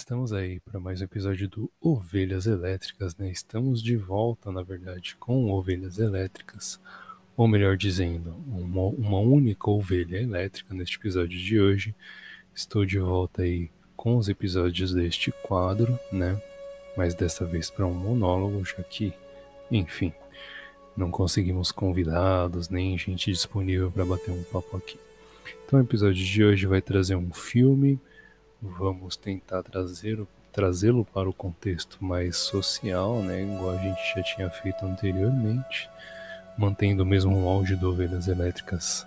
estamos aí para mais um episódio do Ovelhas Elétricas, né? Estamos de volta, na verdade, com Ovelhas Elétricas, ou melhor dizendo, uma única ovelha elétrica neste episódio de hoje. Estou de volta aí com os episódios deste quadro, né? Mas dessa vez para um monólogo, já que, enfim, não conseguimos convidados nem gente disponível para bater um papo aqui. Então o episódio de hoje vai trazer um filme. Vamos tentar trazê-lo para o contexto mais social, né? Igual a gente já tinha feito anteriormente, mantendo o mesmo auge do Ovelhas Elétricas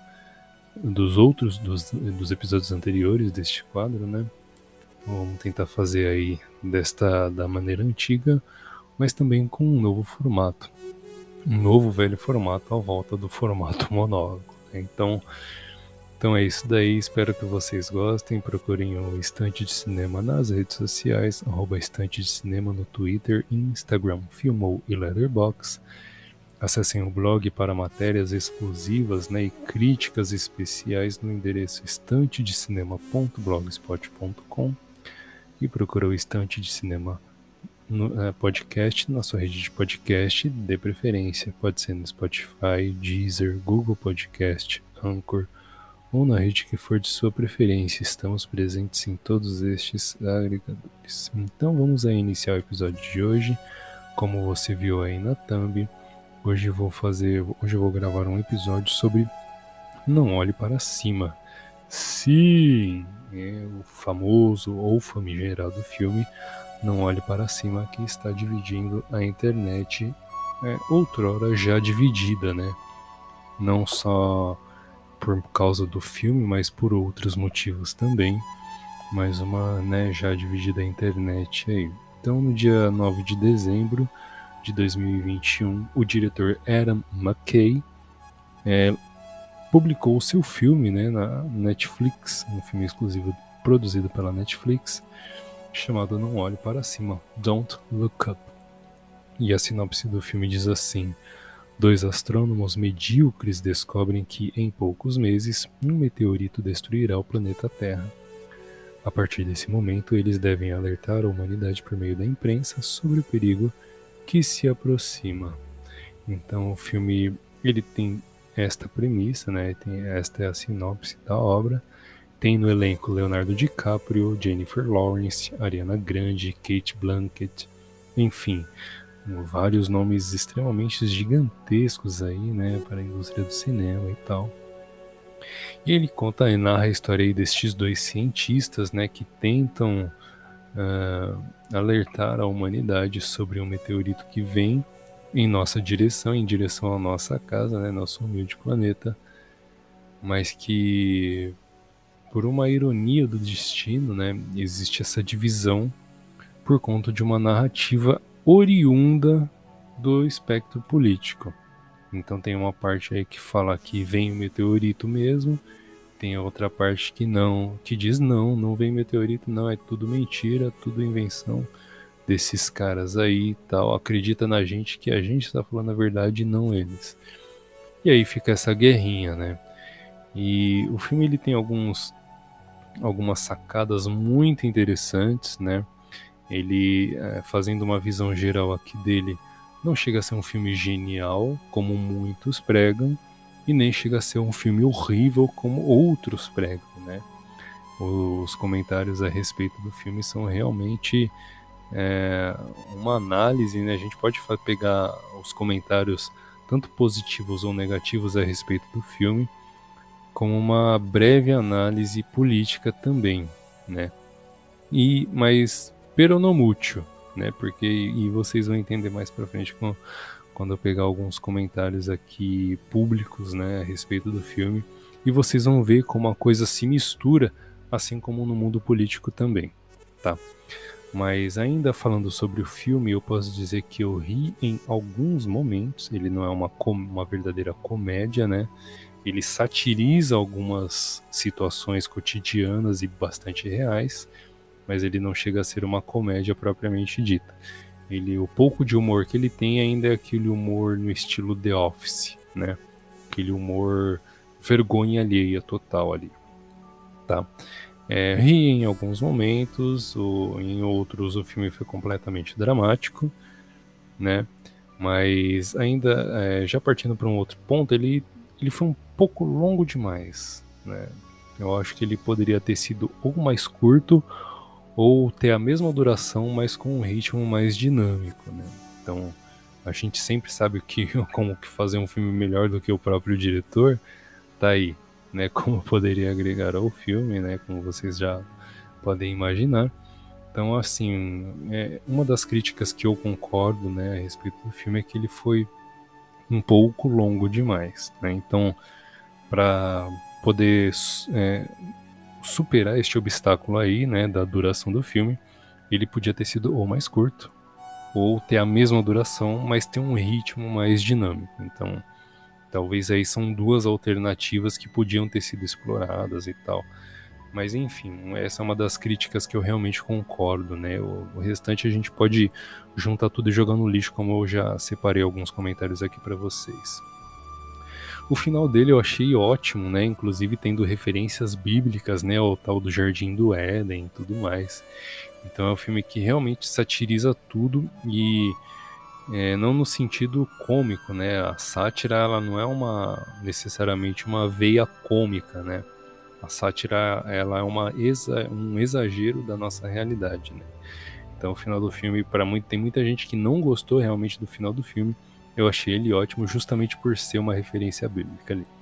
dos episódios anteriores deste quadro, né? Vamos tentar fazer aí da maneira antiga, mas também com um novo formato. Um novo velho formato à volta do formato monólogo, né? Então é isso daí, espero que vocês gostem. Procurem o Estante de Cinema nas redes sociais, @Estante de Cinema no Twitter, Instagram, Filmou e Letterboxd. Acessem o blog para matérias exclusivas, né, e críticas especiais no endereço estantedecinema.blogspot.com e procura o Estante de Cinema podcast na sua rede de podcast de preferência. Pode ser no Spotify, Deezer, Google Podcast, Anchor ou na rede que for de sua preferência. Estamos presentes em todos estes agregadores. Então vamos aí iniciar o episódio de hoje. Como você viu aí na thumb, hoje eu vou gravar um episódio sobre Não Olhe Para Cima. Sim, é o famoso ou famigerado filme Não Olhe Para Cima, que está dividindo a internet, outrora já dividida, né? Não só por causa do filme, mas por outros motivos também. Mais uma, né, já dividida a internet aí. Então, no dia 9 de dezembro de 2021, o diretor Adam McKay publicou o seu filme, né, na Netflix, um filme exclusivo produzido pela Netflix, chamado Não Olhe Para Cima, Don't Look Up. E a sinopse do filme diz assim: dois astrônomos medíocres descobrem que, em poucos meses, um meteorito destruirá o planeta Terra. A partir desse momento, eles devem alertar a humanidade por meio da imprensa sobre o perigo que se aproxima. Então, o filme ele tem esta premissa, né? Esta é a sinopse da obra. Tem no elenco Leonardo DiCaprio, Jennifer Lawrence, Ariana Grande, Cate Blanchett, enfim, vários nomes extremamente gigantescos aí, né, para a indústria do cinema e tal. E ele conta e narra a história aí destes dois cientistas, né, que tentam alertar a humanidade sobre um meteorito que vem em nossa direção, em direção à nossa casa, né, nosso humilde planeta, mas que, por uma ironia do destino, né, existe essa divisão por conta de uma narrativa oriunda do espectro político. Então tem uma parte aí que fala que vem o meteorito mesmo, tem a outra parte que não, que diz não vem meteorito, não, é tudo mentira, tudo invenção desses caras aí e tal, acredita na gente que a gente está falando a verdade e não eles. E aí fica essa guerrinha, né? E o filme ele tem algumas sacadas muito interessantes, né? Ele, fazendo uma visão geral aqui dele, não chega a ser um filme genial, como muitos pregam, e nem chega a ser um filme horrível, como outros pregam, né? Os comentários a respeito do filme são realmente uma análise, né? A gente pode pegar os comentários, tanto positivos ou negativos, a respeito do filme, como uma breve análise política também, né? Mas peronomútil, né? Porque e vocês vão entender mais para frente quando eu pegar alguns comentários aqui públicos, né, a respeito do filme, e vocês vão ver como a coisa se mistura, assim como no mundo político também, tá? Mas ainda falando sobre o filme, eu posso dizer que eu ri em alguns momentos. Ele não é uma verdadeira comédia, né? Ele satiriza algumas situações cotidianas e bastante reais, mas ele não chega a ser uma comédia propriamente dita. O pouco de humor que ele tem ainda é aquele humor no estilo The Office, né? Aquele humor vergonha alheia total ali, tá? Ri em alguns momentos, em outros o filme foi completamente dramático, né? Mas ainda, já partindo para um outro ponto, ele foi um pouco longo demais, né? Eu acho que ele poderia ter sido ou mais curto ou ter a mesma duração, mas com um ritmo mais dinâmico, né? Então, a gente sempre sabe como que fazer um filme melhor do que o próprio diretor, tá aí, né? Como poderia agregar ao filme, né? Como vocês já podem imaginar. Então, assim, uma das críticas que eu concordo, né, a respeito do filme é que ele foi um pouco longo demais, né? Então, para poder superar este obstáculo aí, né, da duração do filme, ele podia ter sido ou mais curto, ou ter a mesma duração, mas ter um ritmo mais dinâmico. Então, talvez aí são duas alternativas que podiam ter sido exploradas e tal. Mas enfim, essa é uma das críticas que eu realmente concordo, né? O restante a gente pode juntar tudo e jogar no lixo, como eu já separei alguns comentários aqui para vocês. O final dele eu achei ótimo, né? Inclusive tendo referências bíblicas, né? Ao tal do Jardim do Éden e tudo mais. Então é um filme que realmente satiriza tudo e não no sentido cômico, né? A sátira ela não é necessariamente uma veia cômica, né? A sátira ela é um exagero da nossa realidade, né? Então o final do filme, tem muita gente que não gostou realmente do final do filme. Eu achei ele ótimo justamente por ser uma referência bíblica ali.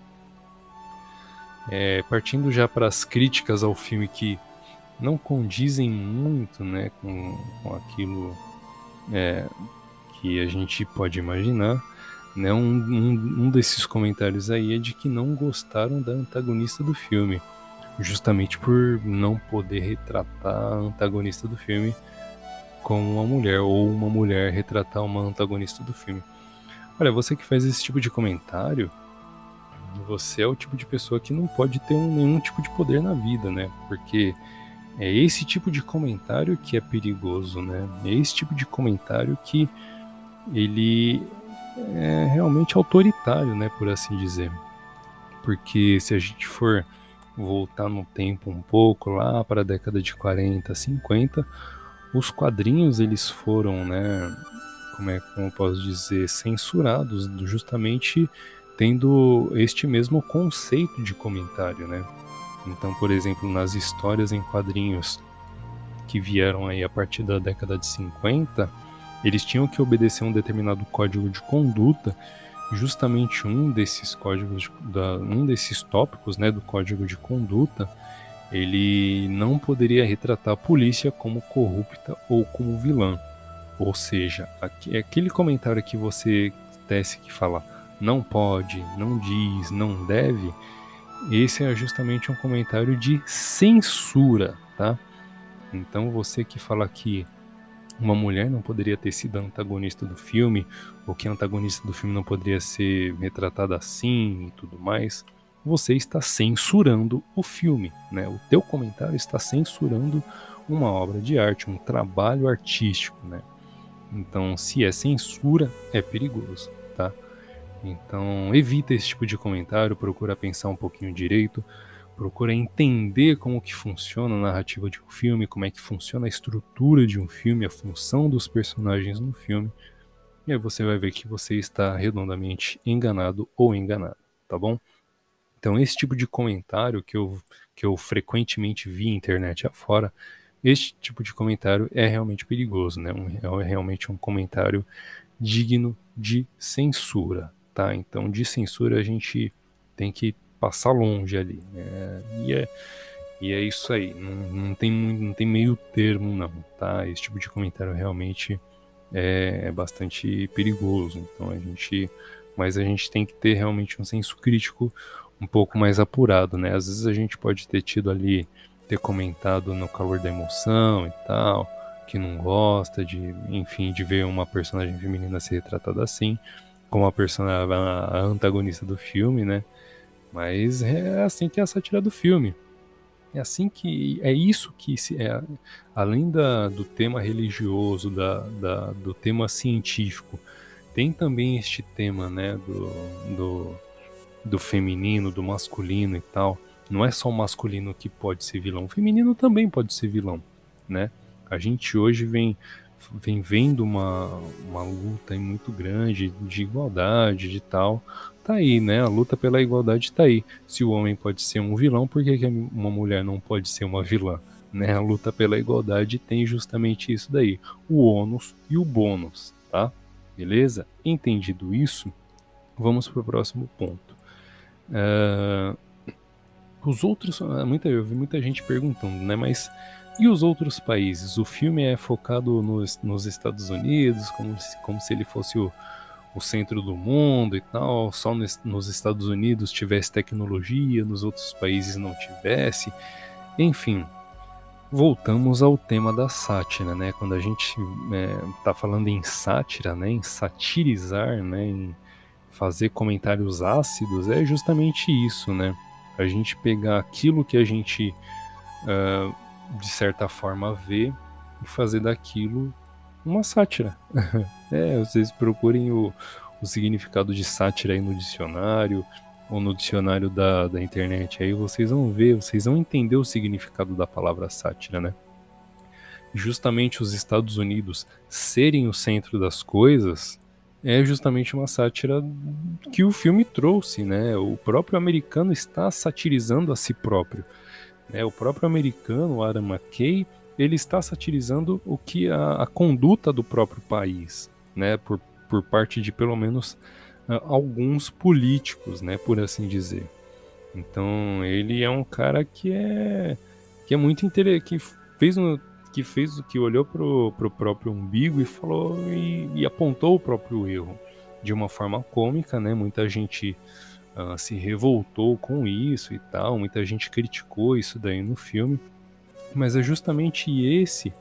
Partindo já para as críticas ao filme que não condizem muito, né, com aquilo que a gente pode imaginar, né? Um desses comentários aí é de que não gostaram da antagonista do filme, justamente por não poder retratar a antagonista do filme como uma mulher, ou uma mulher retratar uma antagonista do filme. Olha, você que faz esse tipo de comentário, você é o tipo de pessoa que não pode ter nenhum tipo de poder na vida, né? Porque é esse tipo de comentário que é perigoso, né? É esse tipo de comentário que ele é realmente autoritário, né? Por assim dizer. Porque se a gente for voltar no tempo um pouco, lá para a década de 40, 50, os quadrinhos eles foram, né? Como eu posso dizer, censurados, justamente tendo este mesmo conceito de comentário, né? Então, por exemplo, nas histórias em quadrinhos que vieram aí a partir da década de 50, eles tinham que obedecer um determinado código de conduta. Justamente um desses tópicos, né, do código de conduta, ele não poderia retratar a polícia como corrupta ou como vilã. Ou seja, aquele comentário que você tece que fala não pode, não diz, não deve, esse é justamente um comentário de censura, tá? Então você que fala que uma mulher não poderia ter sido a antagonista do filme, ou que a antagonista do filme não poderia ser retratada assim e tudo mais, você está censurando o filme, né? O teu comentário está censurando uma obra de arte, um trabalho artístico, né? Então, se é censura, é perigoso, tá? Então, evita esse tipo de comentário, procura pensar um pouquinho direito, procura entender como que funciona a narrativa de um filme, como é que funciona a estrutura de um filme, a função dos personagens no filme, e aí você vai ver que você está redondamente enganado ou enganado, tá bom? Então, esse tipo de comentário que eu frequentemente vi na internet afora, este tipo de comentário é realmente perigoso, né? É realmente um comentário digno de censura, tá? Então, de censura a gente tem que passar longe ali, né? E é isso aí, não tem meio termo não, tá? Esse tipo de comentário realmente é bastante perigoso, então mas a gente tem que ter realmente um senso crítico um pouco mais apurado, né? Às vezes a gente pode ter tido ali, ter comentado no calor da emoção e tal, que não gosta enfim, de ver uma personagem feminina ser retratada assim, como a antagonista do filme, né? Mas é assim que é a sátira do filme. É isso que além do tema religioso, do tema científico, tem também este tema, né, do feminino, do masculino e tal, Não é só o masculino que pode ser vilão, o feminino também pode ser vilão, né? A gente hoje vem vendo uma luta aí muito grande de igualdade, de tal. Tá aí, né? A luta pela igualdade tá aí. Se o homem pode ser um vilão, por que uma mulher não pode ser uma vilã? Né? A luta pela igualdade tem justamente isso daí, o ônus e o bônus, tá? Beleza? Entendido isso, vamos para o próximo ponto. Os outros, eu vi muita gente perguntando, né? Mas e os outros países? O filme é focado nos Estados Unidos, como se ele fosse o centro do mundo e tal, só nos Estados Unidos tivesse tecnologia, nos outros países não tivesse. Enfim, voltamos ao tema da sátira, né? Quando a gente tá falando em sátira, né? Em satirizar, né? Em fazer comentários ácidos, é justamente isso, né? A gente pegar aquilo que a gente, de certa forma, vê e fazer daquilo uma sátira. Vocês procurem o significado de sátira aí no dicionário, ou no dicionário da internet, aí vocês vão ver, vocês vão entender o significado da palavra sátira, né? Justamente os Estados Unidos serem o centro das coisas é justamente uma sátira que o filme trouxe, né? O próprio americano está satirizando a si próprio, né? O próprio americano, o Adam McKay, ele está satirizando o que a conduta do próprio país, né? Por parte de pelo menos alguns políticos, né? Por assim dizer. Então ele é um cara que é muito interessante, que olhou pro próprio umbigo e falou e apontou o próprio erro de uma forma cômica, né? Muita gente se revoltou com isso e tal, muita gente criticou isso daí no filme, mas é justamente esse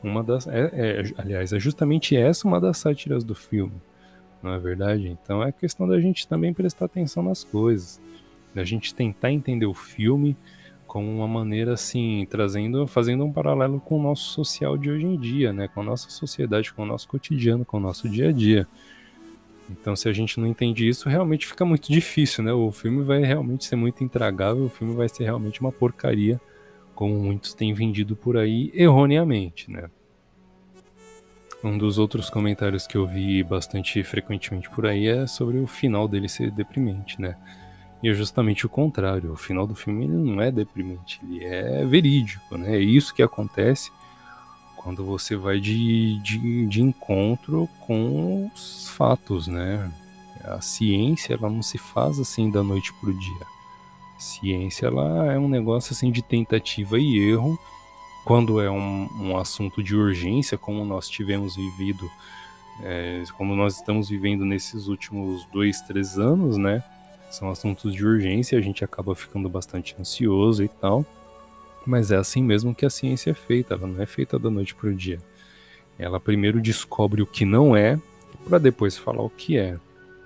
aliás, é justamente essa uma das sátiras do filme, não é verdade? Então é questão da gente também prestar atenção nas coisas, da gente tentar entender o filme como uma maneira assim, fazendo um paralelo com o nosso social de hoje em dia, né? Com a nossa sociedade, com o nosso cotidiano, com o nosso dia a dia. Então, se a gente não entende isso, realmente fica muito difícil, né? O filme vai realmente ser muito intragável, o filme vai ser realmente uma porcaria, como muitos têm vendido por aí erroneamente, né? Um dos outros comentários que eu vi bastante frequentemente por aí é sobre o final dele ser deprimente, né? E é justamente o contrário. O final do filme ele não é deprimente, ele é verídico, né? É isso que acontece quando você vai de encontro com os fatos, né? A ciência ela não se faz assim da noite pro dia. A ciência ela é um negócio assim de tentativa e erro. Quando é um assunto de urgência, como nós tivemos vivido, como nós estamos vivendo nesses últimos 2, 3 anos, né? São assuntos de urgência, a gente acaba ficando bastante ansioso e tal. Mas é assim mesmo que a ciência é feita, ela não é feita da noite para o dia. Ela primeiro descobre o que não é, para depois falar o que é.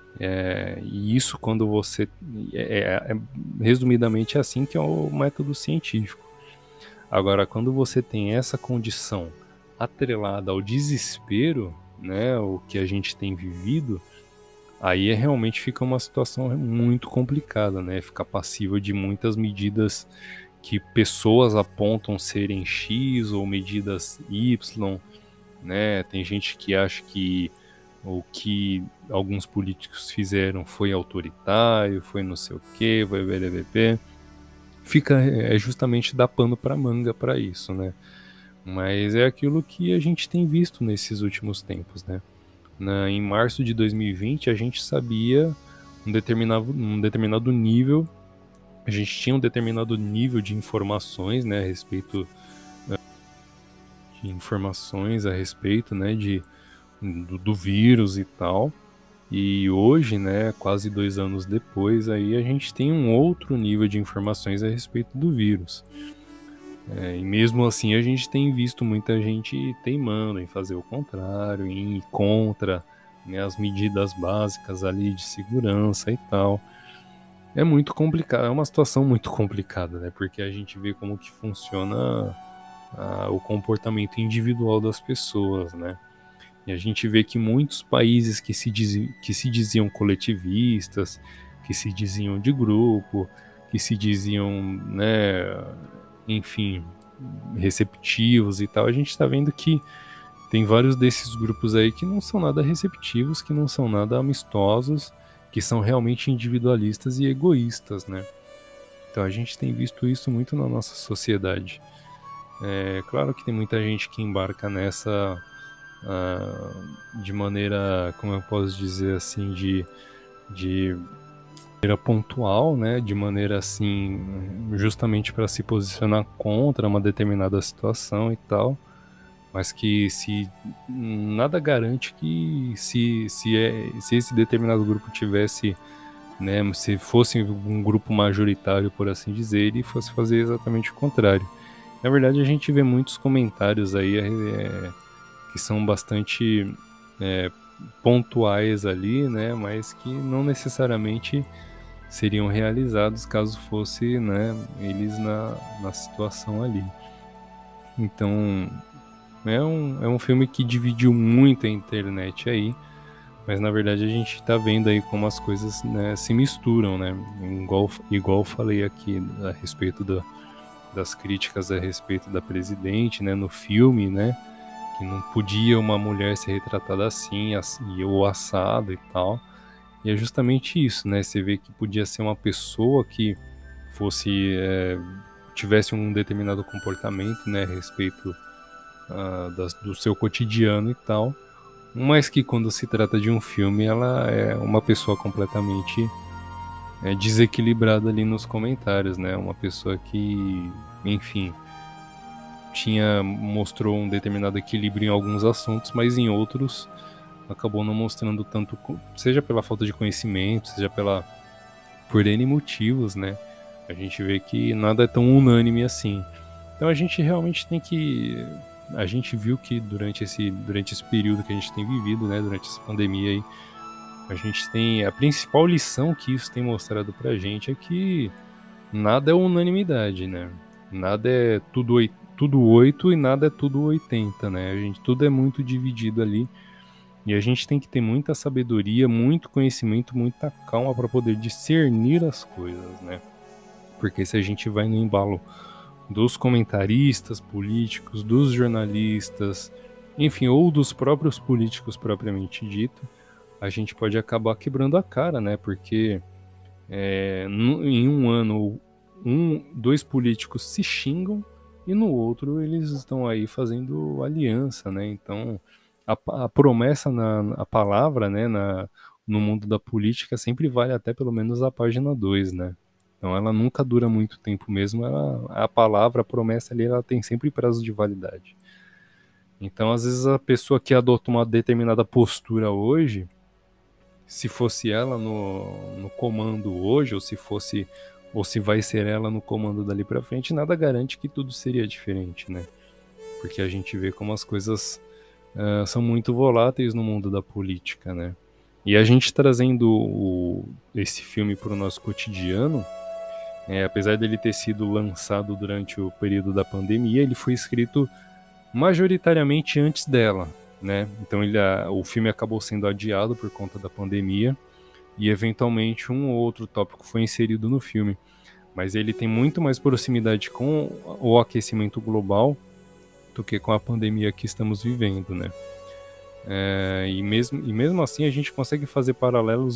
E isso quando você. Resumidamente, é assim que é o método científico. Agora, quando você tem essa condição atrelada ao desespero, né, o que a gente tem vivido, aí realmente fica uma situação muito complicada, né? Fica passível de muitas medidas que pessoas apontam serem X ou medidas Y, né? Tem gente que acha que o que alguns políticos fizeram foi autoritário, foi não sei o que, foi BBB. Fica justamente dar pano para manga para isso, né? Mas é aquilo que a gente tem visto nesses últimos tempos, né? Em março de 2020 a gente sabia um determinado nível, a gente tinha um determinado nível de informações, né, a respeito de informações a respeito, né, do vírus e tal. E hoje, né, quase 2 anos depois, aí a gente tem um outro nível de informações a respeito do vírus. E mesmo assim a gente tem visto muita gente teimando em fazer o contrário, em ir contra, né, as medidas básicas ali de segurança e tal. É muito complicado, é uma situação muito complicada, né? Porque a gente vê como que funciona o comportamento individual das pessoas, né? E a gente vê que muitos países que se diziam coletivistas, que se diziam de grupo, que se diziam, né, enfim, receptivos e tal, a gente está vendo que tem vários desses grupos aí que não são nada receptivos, que não são nada amistosos, que são realmente individualistas e egoístas, né? Então a gente tem visto isso muito na nossa sociedade. É claro que tem muita gente que embarca nessa de maneira, como eu posso dizer assim, de maneira pontual, né? De maneira assim, justamente para se posicionar contra uma determinada situação e tal. Mas que se nada garante que se esse determinado grupo tivesse, né, se fosse um grupo majoritário, por assim dizer, ele fosse fazer exatamente o contrário. Na verdade, a gente vê muitos comentários aí que são bastante é, pontuais ali, né, mas que não necessariamente seriam realizados caso fosse, né, eles na situação ali. Então, é um filme que dividiu muito a internet aí, mas na verdade a gente tá vendo aí como as coisas, né, se misturam, né? Igual eu falei aqui a respeito das críticas a respeito da presidente, né, no filme, né? Que não podia uma mulher ser retratada assim, ou assado e tal. E é justamente isso, né? Você vê que podia ser uma pessoa que fosse tivesse um determinado comportamento, né, a respeito do seu cotidiano e tal, mas que quando se trata de um filme, ela é uma pessoa completamente desequilibrada ali nos comentários, né? Uma pessoa que, enfim, mostrou um determinado equilíbrio em alguns assuntos, mas em outros acabou não mostrando tanto, seja pela falta de conhecimento, seja por N motivos, né? A gente vê que nada é tão unânime assim. Então a gente realmente tem que. A gente viu que durante esse período que a gente tem vivido, né, durante essa pandemia aí, a gente tem. A principal lição que isso tem mostrado pra gente é que nada é unanimidade, né? Nada é tudo 8 e nada é tudo 80, né? Tudo é muito dividido ali. E a gente tem que ter muita sabedoria, muito conhecimento, muita calma para poder discernir as coisas, né? Porque se a gente vai no embalo dos comentaristas políticos, dos jornalistas, enfim, ou dos próprios políticos propriamente dito, a gente pode acabar quebrando a cara, né? Porque em um ano, dois políticos se xingam e no outro eles estão aí fazendo aliança, né? Então, a promessa, a palavra, né, no mundo da política sempre vale até pelo menos a página 2, né? Então ela nunca dura muito tempo mesmo, a palavra, a promessa ali, ela tem sempre prazo de validade. Então, às vezes, a pessoa que adota uma determinada postura hoje, se fosse ela no comando hoje, ou se vai ser ela no comando dali pra frente, nada garante que tudo seria diferente, né? Porque a gente vê como as coisas são muito voláteis no mundo da política, né? E a gente trazendo esse filme para o nosso cotidiano, apesar dele ter sido lançado durante o período da pandemia, ele foi escrito majoritariamente antes dela, né? Então o filme acabou sendo adiado por conta da pandemia e eventualmente um ou outro tópico foi inserido no filme. Mas ele tem muito mais proximidade com o aquecimento global do que com a pandemia que estamos vivendo, né? E mesmo assim a gente consegue fazer paralelos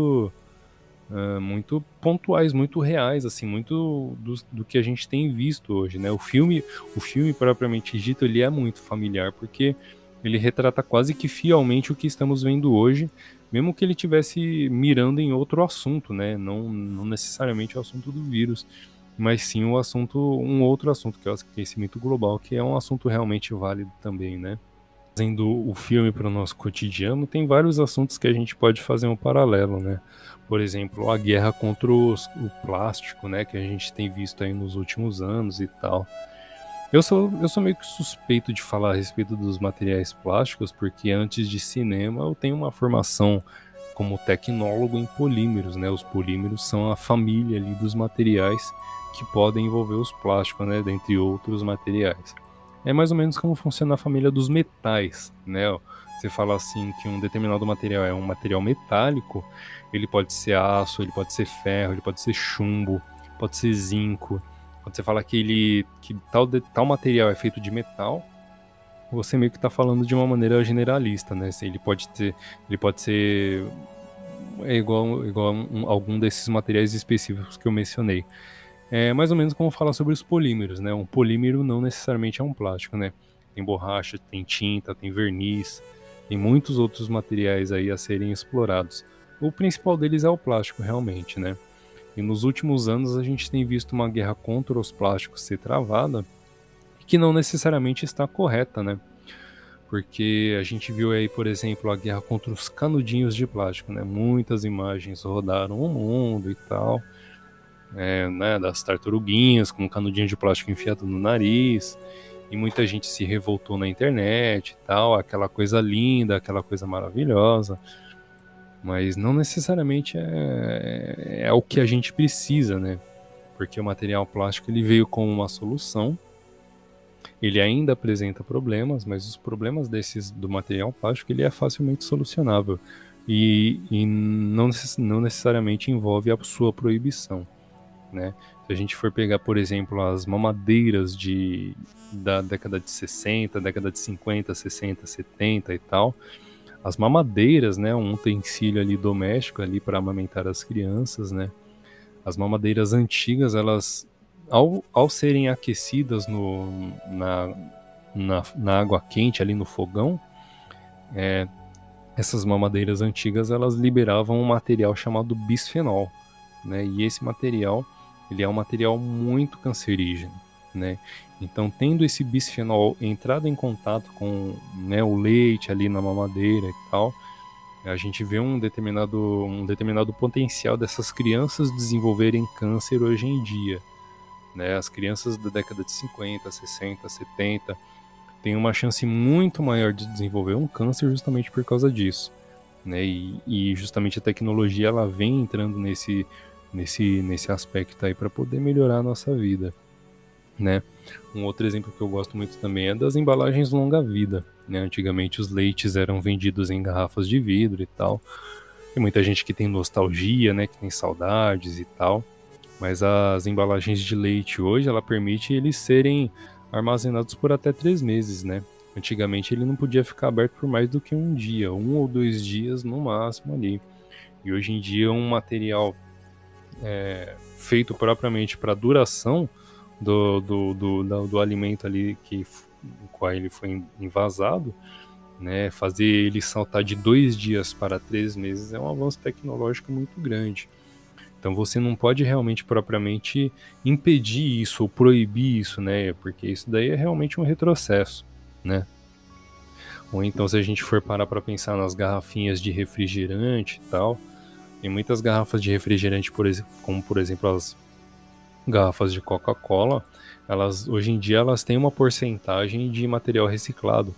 muito pontuais, muito reais, assim, muito do que a gente tem visto hoje, né? O filme propriamente dito, ele é muito familiar porque ele retrata quase que fielmente o que estamos vendo hoje, mesmo que ele tivesse mirando em outro assunto, né? Não necessariamente o assunto do vírus, mas sim um outro assunto, que é o aquecimento global, que é um assunto realmente válido também, né? Trazendo o filme para o nosso cotidiano, tem vários assuntos que a gente pode fazer um paralelo, né? Por exemplo, a guerra contra o plástico, né? Que a gente tem visto aí nos últimos anos e tal. Eu sou meio que suspeito de falar a respeito dos materiais plásticos, porque antes de cinema eu tenho uma formação como tecnólogo em polímeros, né? Os polímeros são a família ali dos materiais que podem envolver os plásticos, né? Dentre outros materiais. É mais ou menos como funciona a família dos metais, né? Você fala assim que um determinado material é um material metálico, ele pode ser aço, ele pode ser ferro, ele pode ser chumbo, pode ser zinco. Quando você fala que tal material é feito de metal, você meio que está falando de uma maneira generalista, né? Ele pode ser igual algum desses materiais específicos que eu mencionei. É mais ou menos como falar sobre os polímeros, né? Um polímero não necessariamente é um plástico, né? Tem borracha, tem tinta, tem verniz, tem muitos outros materiais aí a serem explorados. O principal deles é o plástico, realmente, né? E nos últimos anos a gente tem visto uma guerra contra os plásticos ser travada, que não necessariamente está correta, né? Porque a gente viu aí, por exemplo, a guerra contra os canudinhos de plástico, né? Muitas imagens rodaram o mundo e tal, né? Das tartaruguinhas com um canudinho de plástico enfiado no nariz, e muita gente se revoltou na internet e tal, aquela coisa linda, aquela coisa maravilhosa, mas não necessariamente é o que a gente precisa, né? Porque o material plástico ele veio como uma solução. Ele ainda apresenta problemas, mas os problemas do material plástico ele é facilmente solucionável e não necessariamente envolve a sua proibição, né? Se a gente for pegar, por exemplo, as mamadeiras da década de 60, década de 50, 60, 70 e tal, as mamadeiras, né, um utensílio ali doméstico ali para amamentar as crianças, né? As mamadeiras antigas, elas ao serem aquecidas na água quente ali no fogão, essas mamadeiras antigas elas liberavam um material chamado bisfenol, né? E esse material ele é um material muito cancerígeno, né? Então, tendo esse bisfenol entrado em contato com, né, o leite ali na mamadeira e tal, a gente vê um determinado potencial dessas crianças desenvolverem câncer hoje em dia, né? As crianças da década de 50, 60, 70 têm uma chance muito maior de desenvolver um câncer justamente por causa disso, né? E justamente a tecnologia ela vem entrando nesse aspecto aí para poder melhorar a nossa vida, né? Um outro exemplo que eu gosto muito também é das embalagens longa-vida, né? Antigamente os leites eram vendidos em garrafas de vidro e tal. Tem muita gente que tem nostalgia, né? Que tem saudades e tal. Mas as embalagens de leite hoje, ela permite eles serem armazenados por até 3 meses, né? Antigamente ele não podia ficar aberto por mais do que um dia, 1 ou 2 dias no máximo ali. E hoje em dia um material feito propriamente para duração do alimento ali no qual ele foi envasado, né? Fazer ele saltar de 2 dias para 3 meses é um avanço tecnológico muito grande. Então você não pode realmente propriamente impedir isso ou proibir isso, né? Porque isso daí é realmente um retrocesso, né? Ou então se a gente for parar para pensar nas garrafinhas de refrigerante e tal, tem muitas garrafas de refrigerante, como por exemplo as garrafas de Coca-Cola, elas hoje em dia elas têm uma porcentagem de material reciclado.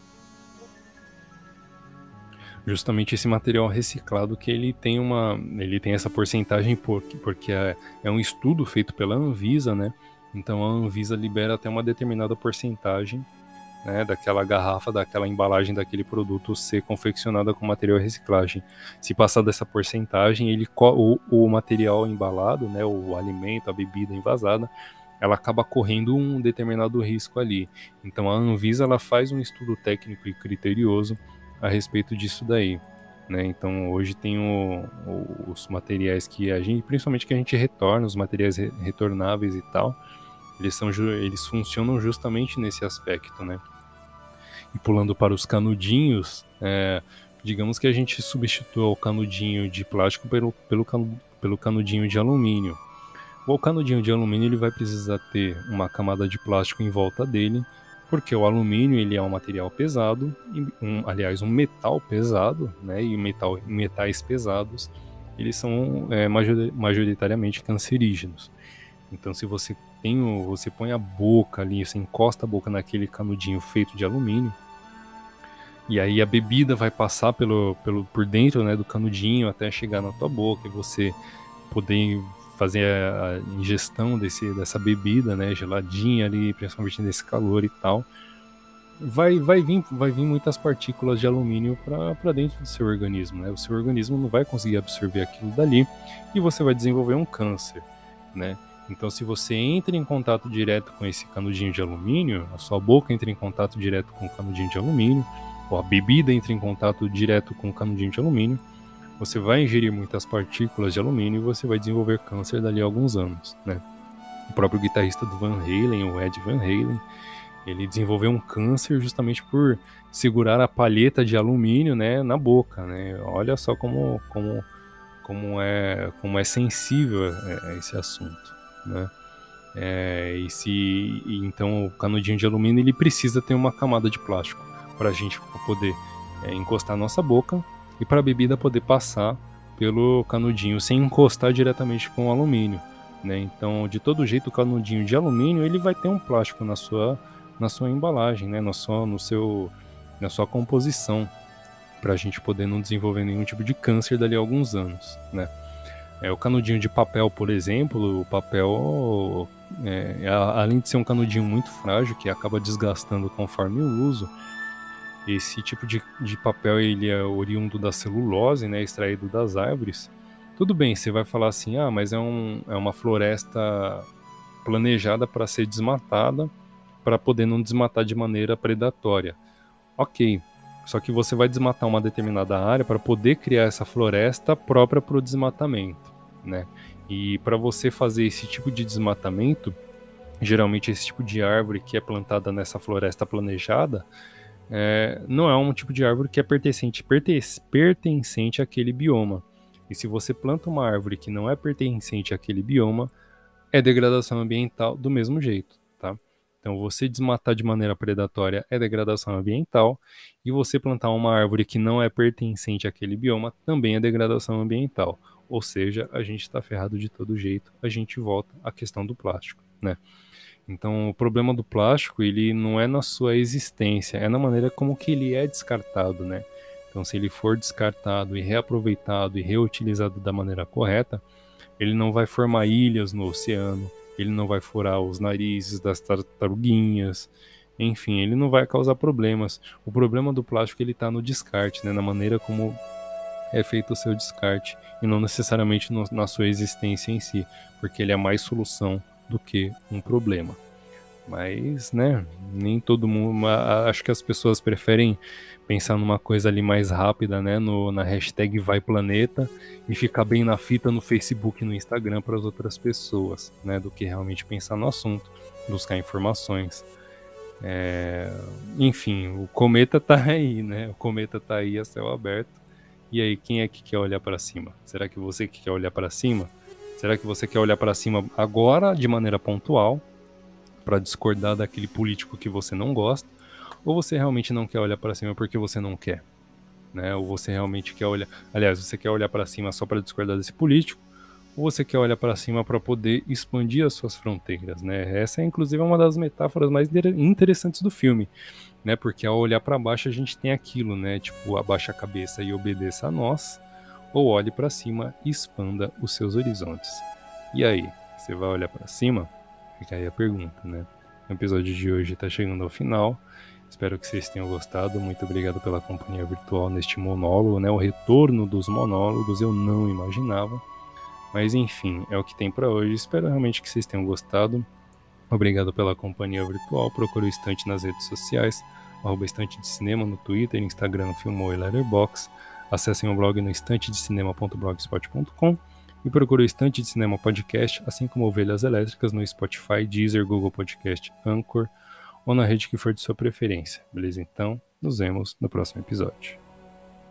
Justamente esse material reciclado que ele tem essa porcentagem porque é um estudo feito pela Anvisa, né? Então a Anvisa libera até uma determinada porcentagem, né, daquela garrafa, daquela embalagem daquele produto ser confeccionada com material reciclagem. Se passar dessa porcentagem, o material embalado, né, o alimento, a bebida envasada, ela acaba correndo um determinado risco ali. Então a Anvisa ela faz um estudo técnico e criterioso a respeito disso daí, né? Então hoje tem os materiais principalmente que a gente retorna, os materiais retornáveis e tal, eles funcionam justamente nesse aspecto, né? E pulando para os canudinhos, digamos que a gente substitua o canudinho de plástico pelo canudinho de alumínio. O canudinho de alumínio ele vai precisar ter uma camada de plástico em volta dele, porque o alumínio ele é um material pesado, aliás, um metal pesado, né? E metais pesados, eles são majoritariamente cancerígenos. Então, se você põe a boca ali, você encosta a boca naquele canudinho feito de alumínio, e aí a bebida vai passar por dentro, né, do canudinho até chegar na tua boca e você poder fazer a ingestão dessa bebida, né, geladinha ali, principalmente nesse calor e tal. Vai vir muitas partículas de alumínio para dentro do seu organismo, né? O seu organismo não vai conseguir absorver aquilo dali e você vai desenvolver um câncer, né? Então, se você entra em contato direto com esse canudinho de alumínio, a sua boca entra em contato direto com o canudinho de alumínio, ou a bebida entra em contato direto com o canudinho de alumínio, você vai ingerir muitas partículas de alumínio e você vai desenvolver câncer dali a alguns anos, né? O próprio guitarrista do Van Halen, o Ed Van Halen, ele desenvolveu um câncer justamente por segurar a palheta de alumínio, né, na boca, né? Olha só como é sensível esse assunto, né? Então o canudinho de alumínio ele precisa ter uma camada de plástico para a gente poder encostar a nossa boca e para a bebida poder passar pelo canudinho sem encostar diretamente com o alumínio, né? Então, de todo jeito, o canudinho de alumínio ele vai ter um plástico na sua embalagem, né? Na sua composição, para a gente poder não desenvolver nenhum tipo de câncer dali a alguns anos, né? O canudinho de papel, por exemplo, o papel, além de ser um canudinho muito frágil, que acaba desgastando conforme o uso, esse tipo de papel ele é oriundo da celulose, né, extraído das árvores. Tudo bem, você vai falar assim, mas é uma floresta planejada para ser desmatada, para poder não desmatar de maneira predatória. Ok, só que você vai desmatar uma determinada área para poder criar essa floresta própria para o desmatamento, né? E para você fazer esse tipo de desmatamento, geralmente esse tipo de árvore que é plantada nessa floresta planejada, não é um tipo de árvore que é pertencente àquele bioma. E se você planta uma árvore que não é pertencente àquele bioma, é degradação ambiental do mesmo jeito, tá? Então, você desmatar de maneira predatória é degradação ambiental, e você plantar uma árvore que não é pertencente àquele bioma também é degradação ambiental. Ou seja, a gente está ferrado de todo jeito, a gente volta à questão do plástico, né? Então, o problema do plástico, ele não é na sua existência, é na maneira como que ele é descartado, né? Então, se ele for descartado e reaproveitado e reutilizado da maneira correta, ele não vai formar ilhas no oceano, ele não vai furar os narizes das tartaruguinhas, enfim, ele não vai causar problemas. O problema do plástico ele está no descarte, né? Na maneira como é feito o seu descarte, e não necessariamente na sua existência em si, porque ele é mais solução do que um problema. Mas, né, nem todo mundo, acho que as pessoas preferem pensar numa coisa ali mais rápida, né, na hashtag Vai Planeta, e ficar bem na fita no Facebook e no Instagram para as outras pessoas, né, do que realmente pensar no assunto, buscar informações. Enfim, o cometa tá aí, né, o cometa tá aí a céu aberto. E aí, quem é que quer olhar para cima? Será que você que quer olhar para cima? Será que você quer olhar para cima agora de maneira pontual, para discordar daquele político que você não gosta? Ou você realmente não quer olhar para cima porque você não quer, né? Ou você realmente quer olhar, aliás, você quer olhar para cima só para discordar desse político? Ou você quer olhar para cima para poder expandir as suas fronteiras, né? Essa é inclusive uma das metáforas mais interessantes do filme, né? Porque ao olhar para baixo a gente tem aquilo, né? Tipo, abaixa a cabeça e obedeça a nós, ou olhe para cima e expanda os seus horizontes. E aí, você vai olhar para cima? Fica aí a pergunta, né? O episódio de hoje está chegando ao final. Espero que vocês tenham gostado. Muito obrigado pela companhia virtual neste monólogo, né? O retorno dos monólogos eu não imaginava. Mas enfim, é o que tem para hoje. Espero realmente que vocês tenham gostado. Obrigado pela companhia virtual. Procure o Estante nas redes sociais, @Estante de Cinema no Twitter, Instagram, Filmou e Letterboxd. Acessem o blog no estantedecinema.blogspot.com e procure o Estante de Cinema Podcast, assim como Ovelhas Elétricas no Spotify, Deezer, Google Podcast, Anchor ou na rede que for de sua preferência. Beleza? Então, nos vemos no próximo episódio.